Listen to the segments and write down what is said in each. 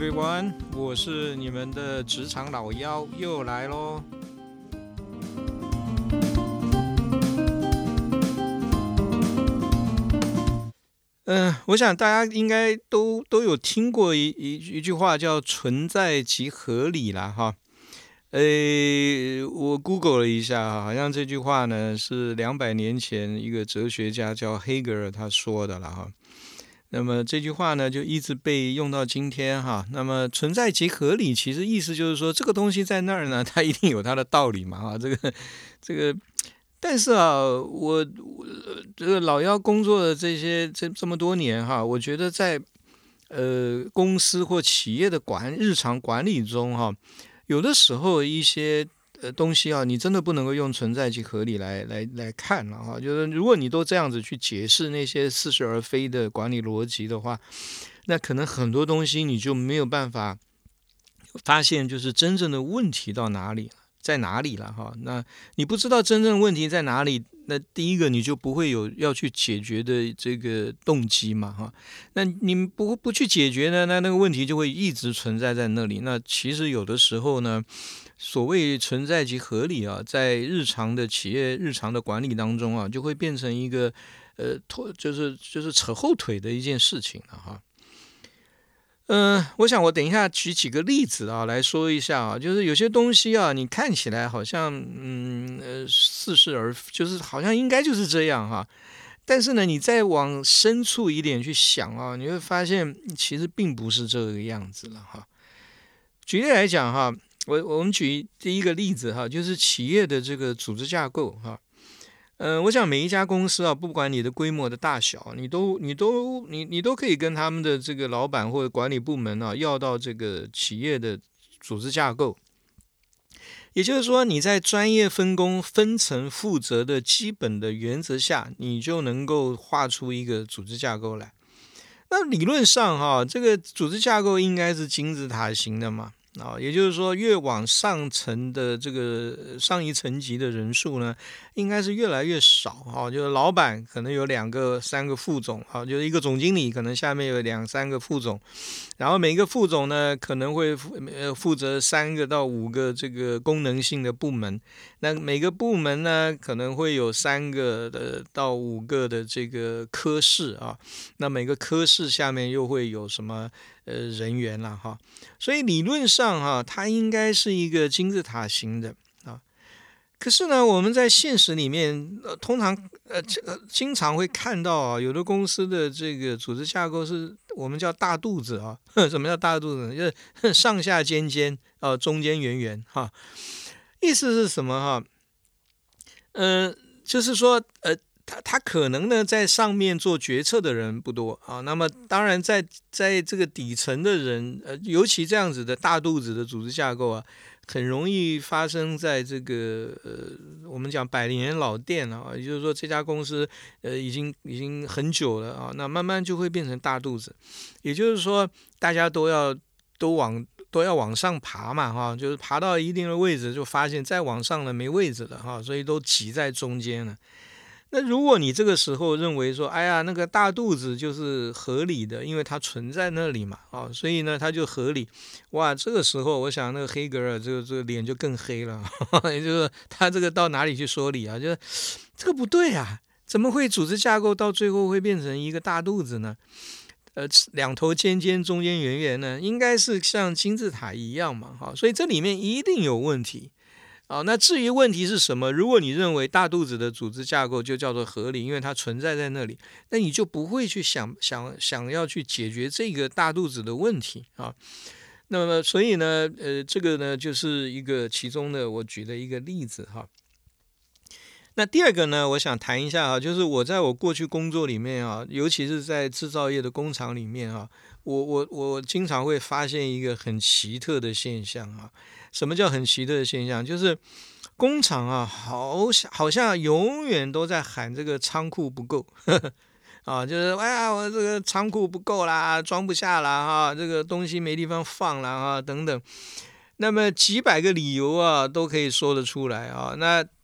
everyone， 我是你们的职场老妖，又来咯。我想大家应该都有听过一句话叫存在即合理啦哈。我 Google 了一下，好像这句话呢是200年前一个哲学家叫黑格尔他说的了哈。那么这句话呢就一直被用到今天哈。那么存在即合理，其实意思就是说这个东西在那儿呢，它一定有它的道理嘛哈。这个，但是我这个老妖工作的这么多年哈，我觉得在公司或企业的日常管理中哈，有的时候一些东西你真的不能够用存在即合理来看了哈。就是如果你都这样子去解释那些似是而非的管理逻辑的话，那可能很多东西你就没有办法发现就是真正的问题在哪里了哈。那你不知道真正问题在哪里，那第一个你就不会有要去解决的这个动机嘛哈。那你不去解决呢，那个问题就会一直存在在那里。那其实有的时候呢，所谓存在即合理在日常的企业日常的管理当中就会变成一个就是扯后腿的一件事情了哈。我想我等一下举几个例子来说一下就是有些东西你看起来好像似是而就是好像应该就是这样哈，但是呢你再往深处一点去想你会发现其实并不是这个样子了哈。举例来讲哈，我们举第一个例子哈，就是企业的这个组织架构哈。我想每一家公司不管你的规模的大小，你都可以跟他们的这个老板或者管理部门要到这个企业的组织架构。也就是说你在专业分工分层负责的基本的原则下，你就能够画出一个组织架构来。那理论上这个组织架构应该是金字塔型的嘛。也就是说越往上层的这个上一层级的人数呢，应该是越来越少就是老板可能有2个3个副总就是一个总经理可能下面有2、3个副总，然后每个副总呢可能会负责3个到5个这个功能性的部门，那每个部门呢可能会有3个到5个的这个科室那每个科室下面又会有什么人员了哈。所以理论上它应该是一个金字塔型的可是呢我们在现实里面通常经常会看到有的公司的这个组织架构是我们叫大肚子什么叫大肚子呢？就是上下尖尖中间圆圆意思是什么就是说他可能呢在上面做决策的人不多那么当然在这个底层的人尤其这样子的大肚子的组织架构很容易发生在这个我们讲百年老店也就是说这家公司已经很久了那慢慢就会变成大肚子。也就是说大家都要往上爬嘛就是爬到一定的位置就发现再往上了没位置了所以都挤在中间了。那如果你这个时候认为说哎呀那个大肚子就是合理的，因为它存在那里嘛所以呢它就合理。哇，这个时候我想那个黑格尔这个脸就更黑了也就是他这个到哪里去说理就是这个不对怎么会组织架构到最后会变成一个大肚子呢？2头尖尖中间圆圆呢，应该是像金字塔一样嘛所以这里面一定有问题那至于问题是什么，如果你认为大肚子的组织架构就叫做合理，因为它存在在那里，那你就不会去想要去解决这个大肚子的问题那么所以呢这个呢就是一个其中的我举的一个例子那第二个呢我想谈一下就是我在我过去工作里面尤其是在制造业的工厂里面我经常会发现一个很奇特的现象什么叫很奇特的现象？就是工厂好像永远都在喊这个仓库不够就是哎呀我这个仓库不够啦，装不下啦这个东西没地方放啦等等，那么几百个理由都可以说得出来那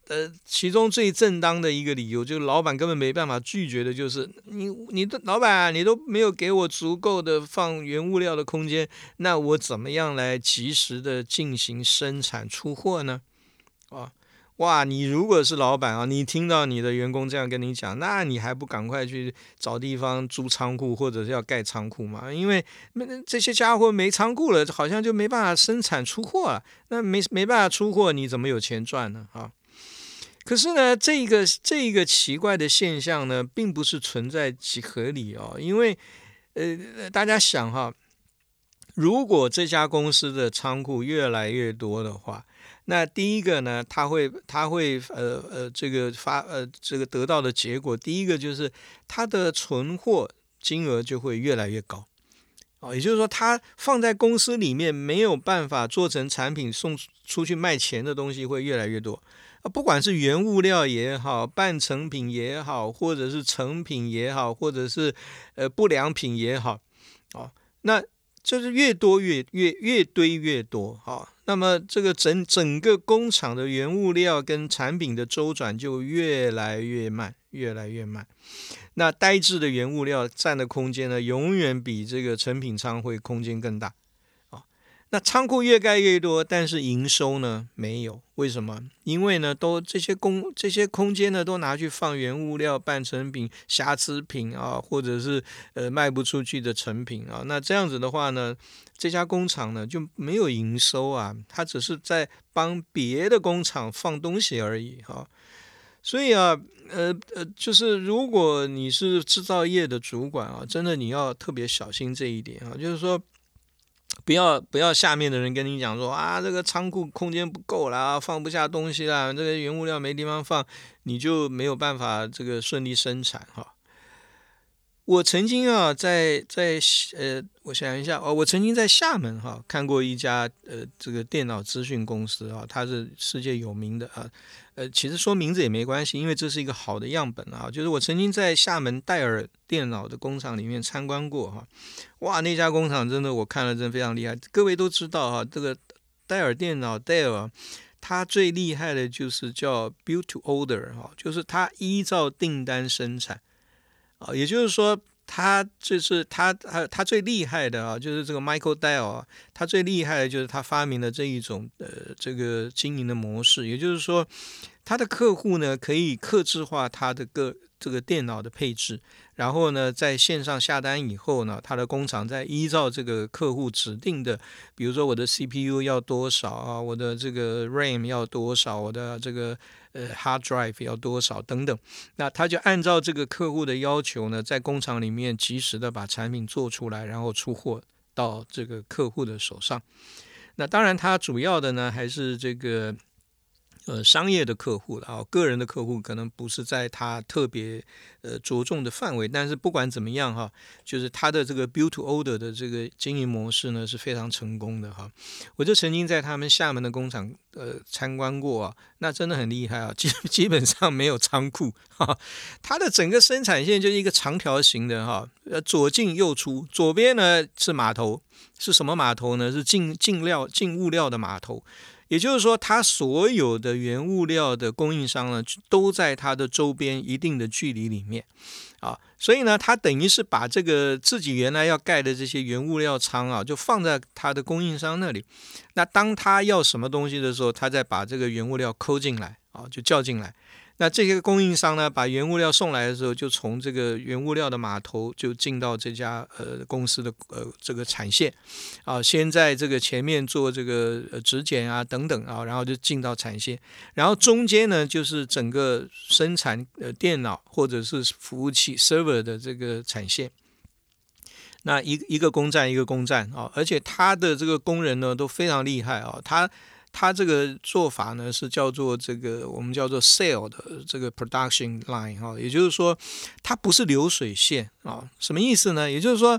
其中最正当的一个理由，就是老板根本没办法拒绝的，就是你的老板你都没有给我足够的放原物料的空间，那我怎么样来及时的进行生产出货呢？哇，你如果是老板啊，你听到你的员工这样跟你讲，那你还不赶快去找地方租仓库或者是要盖仓库嘛？因为这些家伙没仓库了，好像就没办法生产出货了。那没办法出货，你怎么有钱赚呢？可是呢，这个奇怪的现象呢，并不是存在即合理因为大家想如果这家公司的仓库越来越多的话，那第一个呢，他会这个得到的结果，第一个就是他的存货金额就会越来越高也就是说，他放在公司里面没有办法做成产品送出去卖钱的东西会越来越多不管是原物料也好，半成品也好，或者是成品也好，或者是不良品也好那就是越多越堆越多那么这个整个工厂的原物料跟产品的周转就越来越慢。那呆滞的原物料占的空间呢，永远比这个成品仓会空间更大那仓库越盖越多，但是营收呢没有，为什么？因为呢，都这些空间呢都拿去放原物料、半成品、瑕疵品或者是卖不出去的成品那这样子的话呢，这家工厂呢就没有营收它只是在帮别的工厂放东西而已所以就是如果你是制造业的主管真的你要特别小心这一点就是说。不要下面的人跟你讲说这个仓库空间不够啦，放不下东西啦，这个原物料没地方放，你就没有办法这个顺利生产我曾经我想一下我曾经在厦门看过一家这个电脑资讯公司它是世界有名的其实说名字也没关系，因为这是一个好的样本就是我曾经在厦门戴尔电脑的工厂里面参观过哇，那家工厂真的我看了真的非常厉害。各位都知道这个戴尔电脑 Dell 它最厉害的就是叫 Build to Order 就是它依照订单生产也就是说他最厉害的就是这个 Michael Dell 他最厉害的就是他发明了这一种这个经营的模式，也就是说他的客户呢可以客制化他的这个电脑的配置，然后呢在线上下单以后呢，他的工厂再依照这个客户指定的，比如说我的 CPU 要多少我的这个 RAM 要多少，我的这个hard drive 要多少等等，那他就按照这个客户的要求呢，在工厂里面及时的把产品做出来，然后出货到这个客户的手上。那当然他主要的呢还是这个商业的客户个人的客户可能不是在他特别着重的范围，但是不管怎么样就是他的这个 Build to Order 的这个经营模式呢是非常成功的我就曾经在他们厦门的工厂参观过那真的很厉害基本上没有仓库它的整个生产线就是一个长条形的左进右出，左边呢是码头，是什么码头呢？是进物料的码头。也就是说，它所有的原物料的供应商呢，都在它的周边一定的距离里面所以呢，它等于是把这个自己原来要盖的这些原物料仓就放在它的供应商那里。那当他要什么东西的时候，他再把这个原物料抠进来就叫进来。那这些供应商呢，把原物料送来的时候，就从这个原物料的码头就进到这家公司的这个产线先在这个前面做这个质检等等然后就进到产线，然后中间呢就是整个生产电脑或者是服务器 server 的这个产线。那一个工站一个工站而且他的这个工人呢都非常厉害他这个做法呢是叫做这个我们叫做 cell 的这个 production line 也就是说它不是流水线什么意思呢？也就是说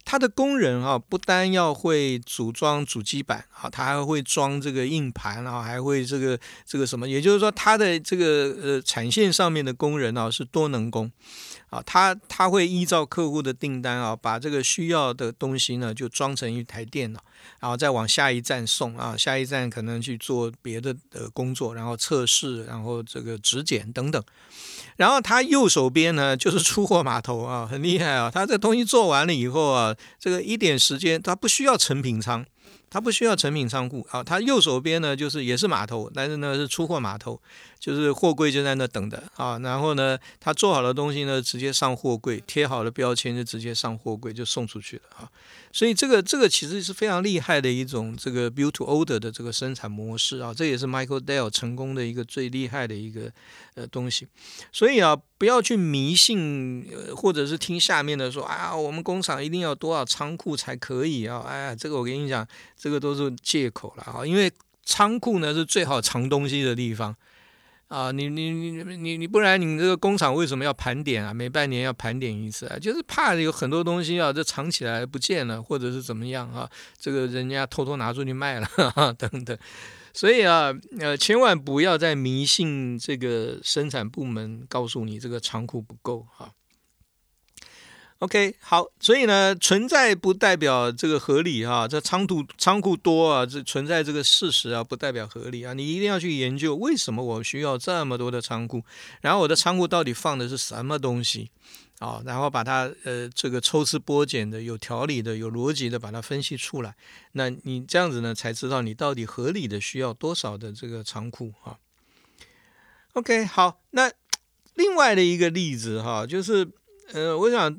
他的工人啊，不单要会组装主机板啊，他还会装这个硬盘啊，还会这个什么，也就是说，他的这个产线上面的工人啊是多能工啊，他会依照客户的订单啊，把这个需要的东西呢就装成一台电脑，然后再往下一站送啊，下一站可能去做别的工作，然后测试，然后这个质检等等。然后他右手边呢就是出货码头啊，很厉害啊！他这东西做完了以后啊，这个一点时间他不需要成品仓，他不需要成品仓库啊。他右手边呢就是也是码头，但是呢是出货码头，就是货柜就在那等的啊。然后呢，他做好的东西呢直接上货柜，贴好了标签就直接上货柜就送出去了啊。所以这个其实是非常厉害的一种这个 build to order 的这个生产模式啊，这也是 Michael Dell 成功的一个最厉害的一个东西。所以啊，不要去迷信，或者是听下面的说啊，我们工厂一定要多少仓库才可以啊，哎，这个我跟你讲，这个都是借口了啊，因为仓库呢是最好藏东西的地方。啊，你不然你这个工厂为什么要盘点啊？每半年要盘点一次啊，就是怕有很多东西啊，这藏起来不见了，或者是怎么样啊？这个人家偷偷拿出去卖了等等。所以啊，千万不要再迷信这个生产部门告诉你这个仓库不够啊。OK， 好，所以呢，存在不代表这个合理哈，这仓库多啊，这存在这个事实啊，不代表合理啊，你一定要去研究为什么我需要这么多的仓库，然后我的仓库到底放的是什么东西啊，然后把它这个抽丝剥茧的、有条理的、有逻辑的把它分析出来，那你这样子呢，才知道你到底合理的需要多少的这个仓库啊。OK， 好，那另外的一个例子哈，就是我想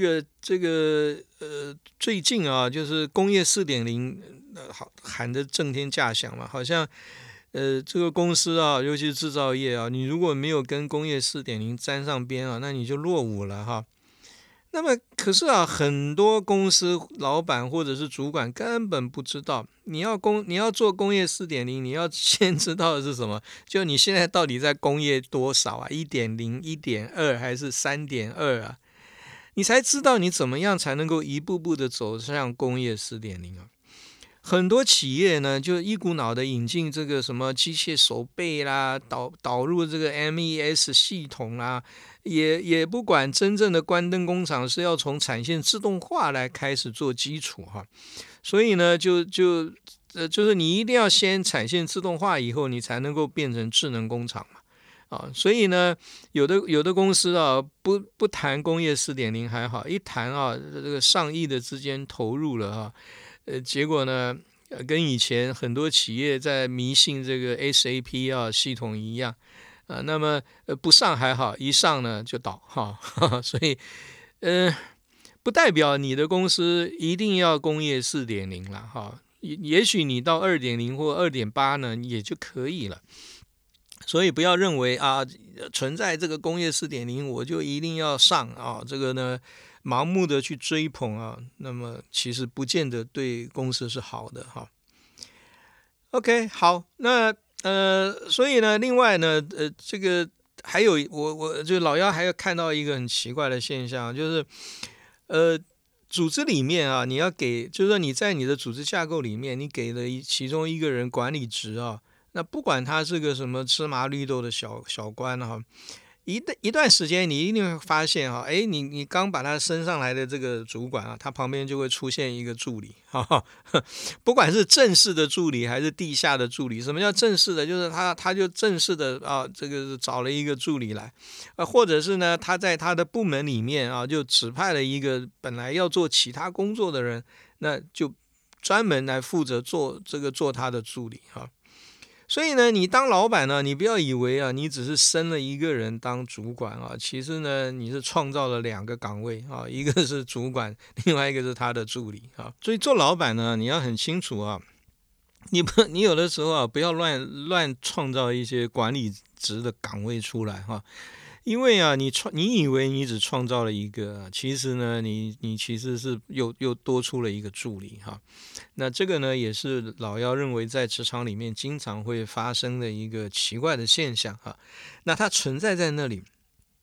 最近啊，就是工业4.0，喊得震天价响嘛，好像这个公司啊，尤其是制造业啊，你如果没有跟工业4.0沾上边啊，那你就落伍了哈。那么可是啊，很多公司老板或者是主管根本不知道，你要做工业4.0，你要先知道的是什么？就你现在到底在工业多少啊？1.0、1.2还是3.2啊？你才知道你怎么样才能够一步步的走向工业4.0啊。很多企业呢，就一股脑的引进这个什么机械手背啦，导入这个 MES 系统啦，也不管真正的关灯工厂是要从产线自动化来开始做基础哈。所以呢，就是你一定要先产线自动化以后，你才能够变成智能工厂嘛。啊，所以呢，有的公司啊，不谈工业4.0还好，一谈啊，这个上亿的资金投入了啊。结果呢，跟以前很多企业在迷信这个 SAP 啊系统一样啊，那么不上还好，一上呢就倒哈，所以不代表你的公司一定要工业4.0了哈，也许你到2.0或2.8呢也就可以了。所以不要认为啊，存在这个工业4.0我就一定要上啊，这个呢盲目的去追捧啊，那么其实不见得对公司是好的哈。OK， 好，那所以呢，另外呢，这个还有我就老幺还要看到一个很奇怪的现象，就是组织里面啊，你要给，就是说你在你的组织架构里面，你给了其中一个人管理职啊，那不管他是个什么芝麻绿豆的小官哈。一段时间，你一定会发现哈，哎，你刚把他升上来的这个主管啊，他旁边就会出现一个助理，哈，不管是正式的助理还是地下的助理。什么叫正式的？就是他就正式的啊，这个找了一个助理来，或者是呢，他在他的部门里面啊，就指派了一个本来要做其他工作的人，那就专门来负责做他的助理哈。所以呢，你当老板呢，你不要以为啊，你只是升了一个人当主管啊，其实呢，你是创造了2个岗位啊，一个是主管，另外一个是他的助理啊。所以做老板呢，你要很清楚啊，你有的时候啊，不要乱创造一些管理职的岗位出来哈。因为啊，你以为你只创造了一个，其实呢，你其实是又多出了一个助理哈。那这个呢，也是老幺认为在职场里面经常会发生的一个奇怪的现象哈。那它存在在那里，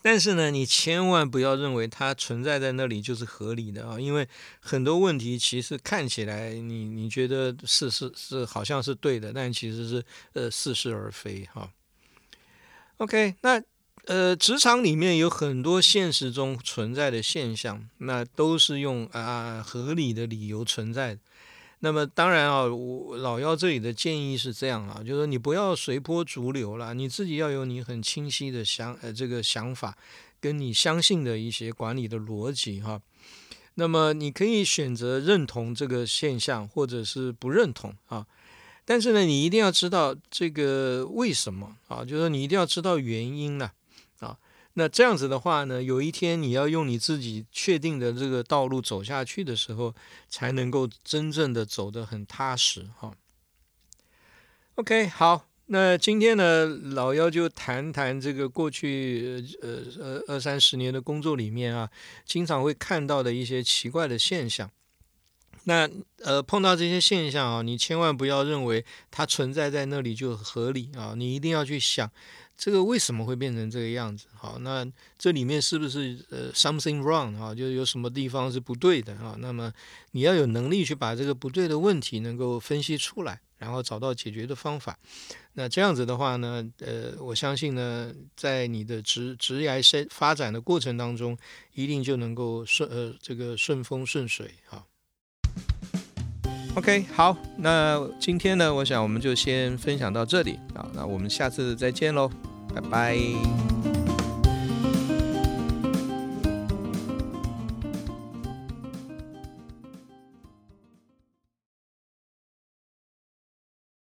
但是呢，你千万不要认为它存在在那里就是合理的啊，因为很多问题其实看起来你觉得是好像是对的，但其实是似是而非哈。OK， 那职场里面有很多现实中存在的现象，那都是用合理的理由存在的。那么当然啊，我老幺这里的建议是这样啊，就是说你不要随波逐流啦，你自己要有你很清晰的这个想法，跟你相信的一些管理的逻辑哈。那么你可以选择认同这个现象，或者是不认同啊。但是呢，你一定要知道这个为什么啊，就是说你一定要知道原因呢啊。那这样子的话呢，有一天你要用你自己确定的这个道路走下去的时候，才能够真正的走得很踏实哈。OK， 好，那今天呢，老幺就谈谈这个过去20-30年的工作里面啊，经常会看到的一些奇怪的现象。那碰到这些现象啊，你千万不要认为它存在在那里就合理啊，你一定要去想这个为什么会变成这个样子。好，那这里面是不是something wrong 啊？就是有什么地方是不对的啊？那么你要有能力去把这个不对的问题能够分析出来，然后找到解决的方法。那这样子的话呢，我相信呢，在你的职业发展的过程当中，一定就能够这个顺风顺水啊。OK， 好，那今天呢，我想我们就先分享到这里啊，那我们下次再见喽，拜拜。